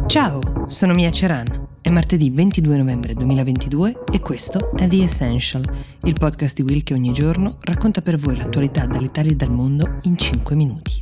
Ciao, sono Mia Ceran. È martedì 22 novembre 2022 e questo è The Essential, il podcast di Will che ogni giorno racconta per voi l'attualità dall'Italia e dal mondo in 5 minuti.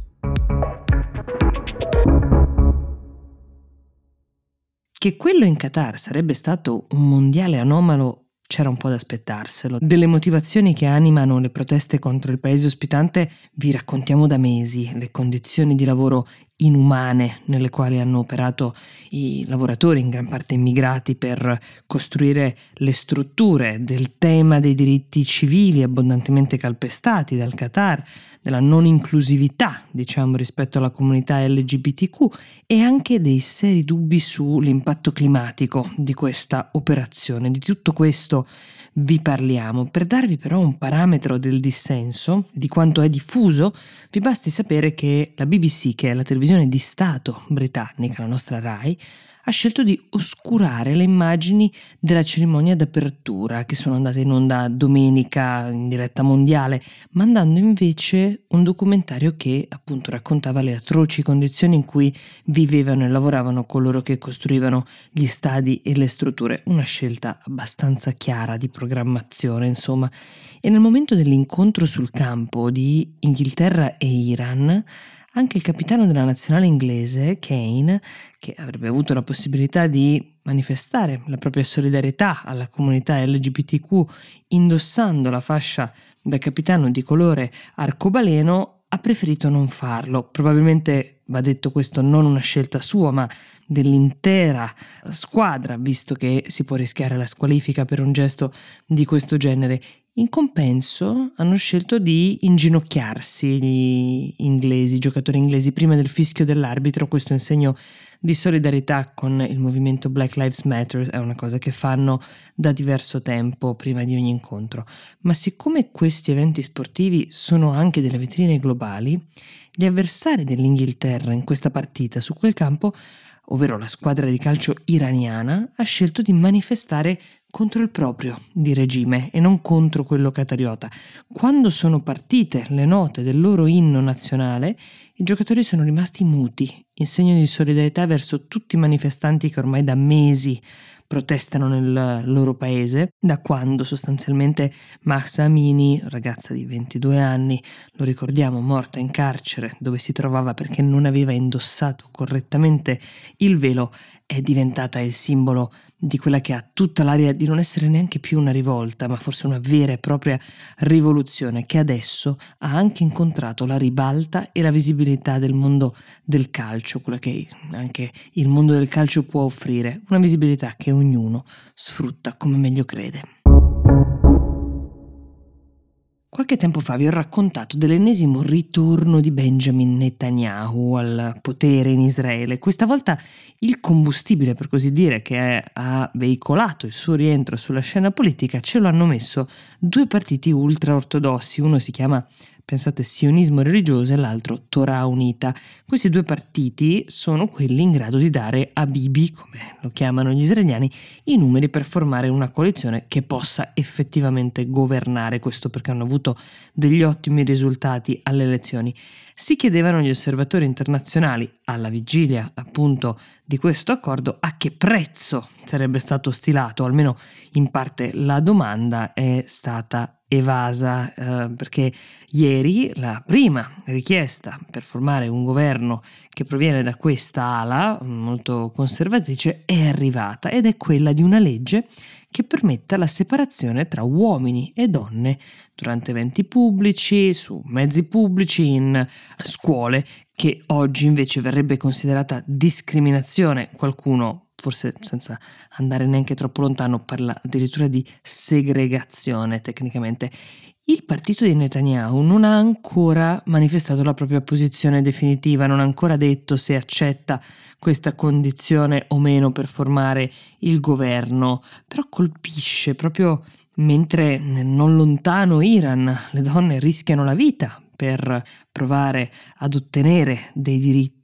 Che quello in Qatar sarebbe stato un mondiale anomalo c'era un po' da aspettarselo. Delle motivazioni che animano le proteste contro il paese ospitante vi raccontiamo da mesi, le condizioni di lavoro inumane nelle quali hanno operato i lavoratori, in gran parte immigrati, per costruire le strutture, del tema dei diritti civili abbondantemente calpestati dal Qatar, della non inclusività, rispetto alla comunità LGBTQ e anche dei seri dubbi sull'impatto climatico di questa operazione. Di tutto questo vi parliamo. Per darvi però un parametro del dissenso, di quanto è diffuso, vi basti sapere che la BBC, che è la televisione di Stato britannica, la nostra RAI, ha scelto di oscurare le immagini della cerimonia d'apertura che sono andate in onda domenica in diretta mondiale, mandando invece un documentario che appunto raccontava le atroci condizioni in cui vivevano e lavoravano coloro che costruivano gli stadi e le strutture. Una scelta abbastanza chiara di programmazione, insomma. E nel momento dell'incontro sul campo di Inghilterra e Iran, anche il capitano della nazionale inglese, Kane, che avrebbe avuto la possibilità di manifestare la propria solidarietà alla comunità LGBTQ indossando la fascia da capitano di colore arcobaleno, ha preferito non farlo. Probabilmente, va detto questo, non una scelta sua, ma dell'intera squadra, visto che si può rischiare la squalifica per un gesto di questo genere. In compenso hanno scelto di inginocchiarsi i giocatori inglesi, prima del fischio dell'arbitro. Questo in segno di solidarietà con il movimento Black Lives Matter, è una cosa che fanno da diverso tempo prima di ogni incontro. Ma siccome questi eventi sportivi sono anche delle vetrine globali, gli avversari dell'Inghilterra in questa partita su quel campo, ovvero la squadra di calcio iraniana, ha scelto di manifestare contro il proprio di regime e non contro quello qatariota. Quando sono partite le note del loro inno nazionale, i giocatori sono rimasti muti, in segno di solidarietà verso tutti i manifestanti che ormai da mesi protestano nel loro paese, da quando sostanzialmente Mahsa Amini, ragazza di 22 anni, lo ricordiamo, morta in carcere dove si trovava perché non aveva indossato correttamente il velo, è diventata il simbolo di quella che ha tutta l'aria di non essere neanche più una rivolta, ma forse una vera e propria rivoluzione che adesso ha anche incontrato la ribalta e la visibilità del mondo del calcio, quella che anche il mondo del calcio può offrire, una visibilità che ognuno sfrutta come meglio crede. Qualche tempo fa vi ho raccontato dell'ennesimo ritorno di Benjamin Netanyahu al potere in Israele. Questa volta il combustibile, per così dire, che ha veicolato il suo rientro sulla scena politica ce lo hanno messo due partiti ultra-ortodossi. Uno si chiama, pensate, sionismo religioso e l'altro Torah Unita. Questi due partiti sono quelli in grado di dare a Bibi, come lo chiamano gli israeliani, i numeri per formare una coalizione che possa effettivamente governare. Questo perché hanno avuto degli ottimi risultati alle elezioni. Si chiedevano gli osservatori internazionali, alla vigilia appunto di questo accordo, a che prezzo sarebbe stato stilato. Almeno in parte la domanda è stata evasa, perché ieri la prima richiesta per formare un governo che proviene da questa ala molto conservatrice è arrivata, ed è quella di una legge che permetta la separazione tra uomini e donne durante eventi pubblici, su mezzi pubblici, in scuole, che oggi invece verrebbe considerata discriminazione. Qualcuno, forse senza andare neanche troppo lontano, parla addirittura di segregazione tecnicamente. Il partito di Netanyahu non ha ancora manifestato la propria posizione definitiva, non ha ancora detto se accetta questa condizione o meno per formare il governo, però colpisce proprio mentre nel non lontano Iran le donne rischiano la vita per provare ad ottenere dei diritti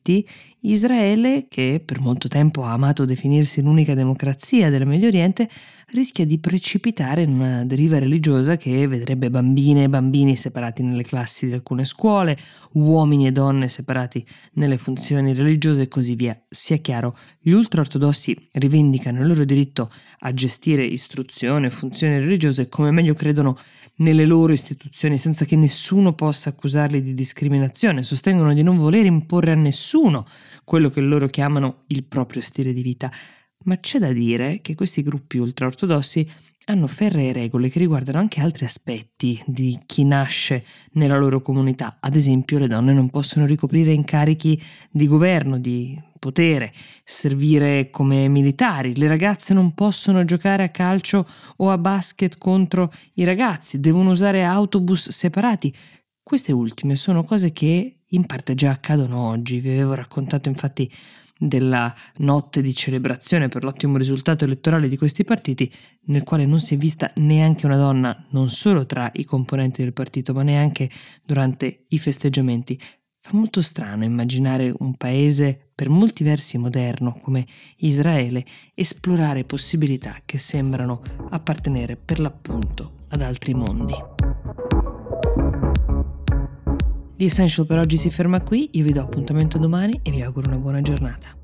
diritti, Israele, che per molto tempo ha amato definirsi l'unica democrazia del Medio Oriente, rischia di precipitare in una deriva religiosa che vedrebbe bambine e bambini separati nelle classi di alcune scuole, uomini e donne separati nelle funzioni religiose e così via. Sia chiaro, gli ultraortodossi rivendicano il loro diritto a gestire istruzione e funzioni religiose come meglio credono nelle loro istituzioni, senza che nessuno possa accusarli di discriminazione. Sostengono di non voler imporre a nessuno quello che loro chiamano il proprio stile di vita. Ma c'è da dire che questi gruppi ultraortodossi hanno ferree regole che riguardano anche altri aspetti di chi nasce nella loro comunità. Ad esempio, le donne non possono ricoprire incarichi di governo, di potere, servire come militari, le ragazze non possono giocare a calcio o a basket contro i ragazzi, devono usare autobus separati. Queste ultime sono cose che in parte già accadono oggi. Vi avevo raccontato infatti della notte di celebrazione per l'ottimo risultato elettorale di questi partiti, nel quale non si è vista neanche una donna, non solo tra i componenti del partito, ma neanche durante i festeggiamenti. Fa molto strano immaginare un paese per molti versi moderno come Israele esplorare possibilità che sembrano appartenere per l'appunto ad altri mondi. The Essential per oggi si ferma qui, io vi do appuntamento domani e vi auguro una buona giornata.